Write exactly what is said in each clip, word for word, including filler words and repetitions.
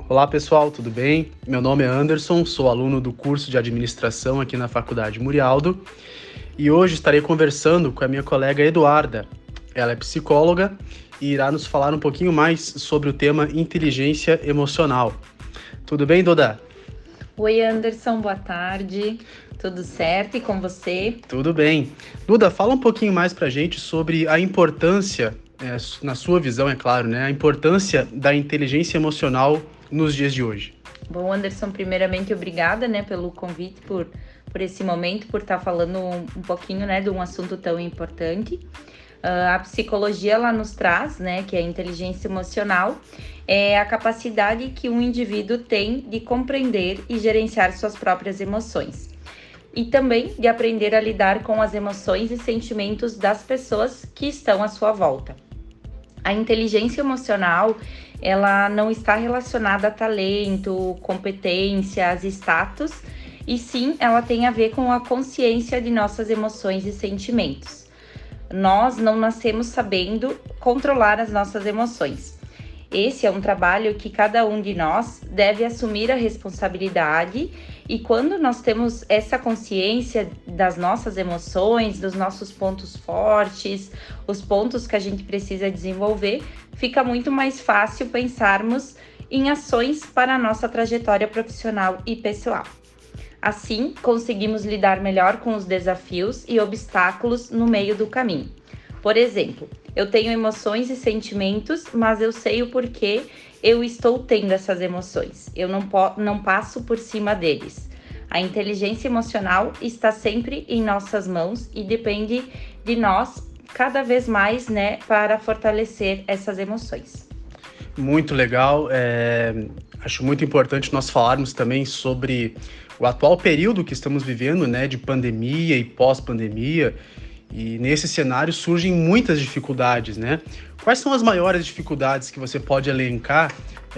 Olá pessoal, tudo bem? Meu nome é Anderson, sou aluno do curso de Administração aqui na Faculdade Murialdo e hoje estarei conversando com a minha colega Eduarda. Ela é psicóloga e irá nos falar um pouquinho mais sobre o tema inteligência emocional. Tudo bem, Dodá? Oi Anderson, boa tarde, tudo certo e com você? Tudo bem. Duda, fala um pouquinho mais pra gente sobre a importância, é, na sua visão, é claro, né? A importância da inteligência emocional nos dias de hoje. Bom, Anderson, primeiramente, obrigada, né, pelo convite, por, por esse momento, por estar falando um, um pouquinho, né, de um assunto tão importante. Uh, a psicologia, ela nos traz, né, que a inteligência emocional é a capacidade que um indivíduo tem de compreender e gerenciar suas próprias emoções. E também de aprender a lidar com as emoções e sentimentos das pessoas que estão à sua volta. A inteligência emocional, ela não está relacionada a talento, competências, status, e sim, ela tem a ver com a consciência de nossas emoções e sentimentos. Nós não nascemos sabendo controlar as nossas emoções. Esse é um trabalho que cada um de nós deve assumir a responsabilidade, e quando nós temos essa consciência das nossas emoções, dos nossos pontos fortes, os pontos que a gente precisa desenvolver, fica muito mais fácil pensarmos em ações para a nossa trajetória profissional e pessoal. Assim, conseguimos lidar melhor com os desafios e obstáculos no meio do caminho. Por exemplo, eu tenho emoções e sentimentos, mas eu sei o porquê eu estou tendo essas emoções. Eu não, po- não passo por cima deles. A inteligência emocional está sempre em nossas mãos e depende de nós cada vez mais, né, para fortalecer essas emoções. Muito legal. É, acho muito importante nós falarmos também sobre o atual período que estamos vivendo, né, de pandemia e pós-pandemia. E nesse cenário surgem muitas dificuldades, né? Quais são as maiores dificuldades que você pode elencar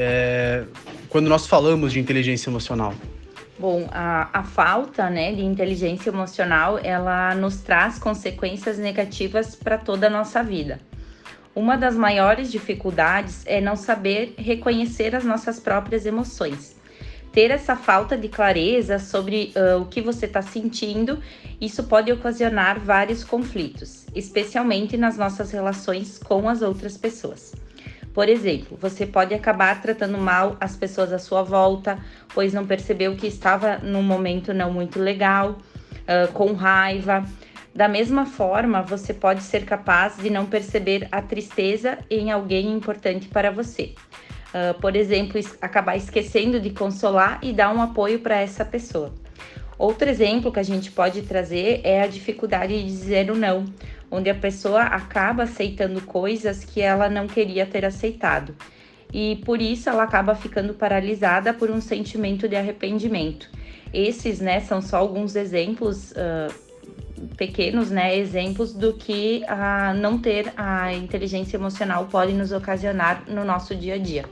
é, quando nós falamos de inteligência emocional? Bom, a, a falta, né, de inteligência emocional, ela nos traz consequências negativas para toda a nossa vida. Uma das maiores dificuldades é não saber reconhecer as nossas próprias emoções. Ter essa falta de clareza sobre uh, o que você está sentindo, isso pode ocasionar vários conflitos, especialmente nas nossas relações com as outras pessoas. Por exemplo, você pode acabar tratando mal as pessoas à sua volta, pois não percebeu que estava num momento não muito legal, uh, com raiva. Da mesma forma, você pode ser capaz de não perceber a tristeza em alguém importante para você. Uh, por exemplo, es- acabar esquecendo de consolar e dar um apoio para essa pessoa. Outro exemplo que a gente pode trazer é a dificuldade de dizer o não, onde a pessoa acaba aceitando coisas que ela não queria ter aceitado. E por isso ela acaba ficando paralisada por um sentimento de arrependimento. Esses, né, são só alguns exemplos uh, pequenos, né, exemplos do que a não ter a inteligência emocional pode nos ocasionar no nosso dia a dia.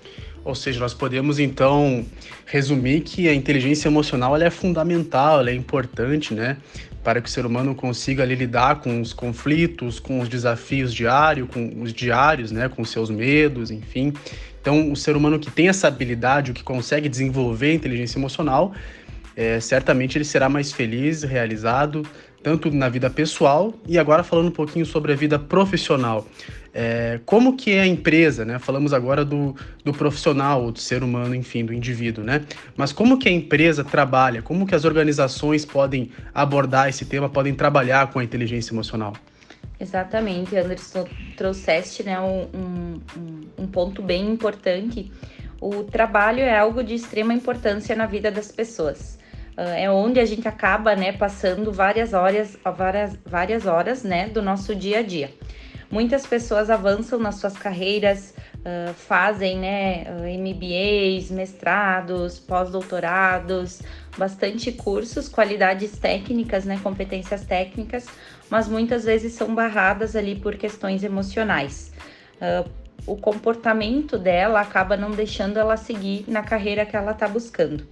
Ou seja, nós podemos então resumir que a inteligência emocional ela é fundamental, ela é importante, né, para que o ser humano consiga ali, lidar com os conflitos, com os desafios diários, com os diários, né, com os seus medos, enfim. Então, o ser humano que tem essa habilidade, o que consegue desenvolver a inteligência emocional, é, certamente ele será mais feliz, realizado, tanto na vida pessoal e agora falando um pouquinho sobre a vida profissional. É, como que é a empresa, né? Falamos agora do, do profissional, do ser humano, enfim, do indivíduo, né? Mas como que a empresa trabalha? Como que as organizações podem abordar esse tema, podem trabalhar com a inteligência emocional? Exatamente, Anderson, trouxeste, né, um, um, um ponto bem importante. O trabalho é algo de extrema importância na vida das pessoas. Uh, é onde a gente acaba, né, passando várias horas, várias, várias horas, né, do nosso dia a dia. Muitas pessoas avançam nas suas carreiras, uh, fazem, né, M B As, mestrados, pós-doutorados, bastante cursos, qualidades técnicas, né, competências técnicas, mas muitas vezes são barradas ali por questões emocionais. Uh, o comportamento dela acaba não deixando ela seguir na carreira que ela está buscando.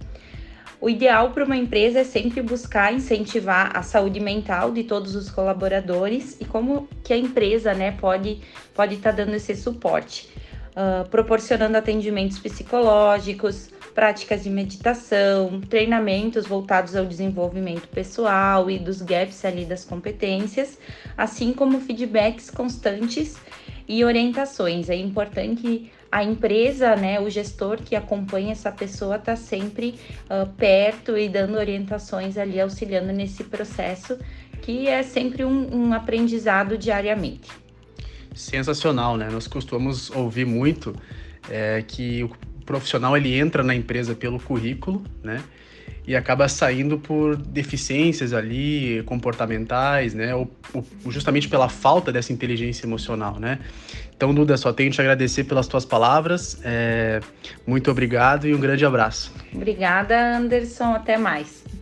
O ideal para uma empresa é sempre buscar incentivar a saúde mental de todos os colaboradores e como que a empresa, né, pode pode estar dando esse suporte. uh, proporcionando atendimentos psicológicos, práticas de meditação, treinamentos voltados ao desenvolvimento pessoal e dos gaps ali das competências, assim como feedbacks constantes e orientações. É importante que a empresa, né, o gestor que acompanha essa pessoa está sempre uh, perto e dando orientações ali, auxiliando nesse processo, que é sempre um, um aprendizado diariamente. Sensacional, né? Nós costumamos ouvir muito é, que o profissional ele entra na empresa pelo currículo, né? E acaba saindo por deficiências ali comportamentais, né? Ou, ou justamente pela falta dessa inteligência emocional, né? Então, Duda, só tenho que te agradecer pelas tuas palavras. É, muito obrigado e um grande abraço. Obrigada, Anderson. Até mais.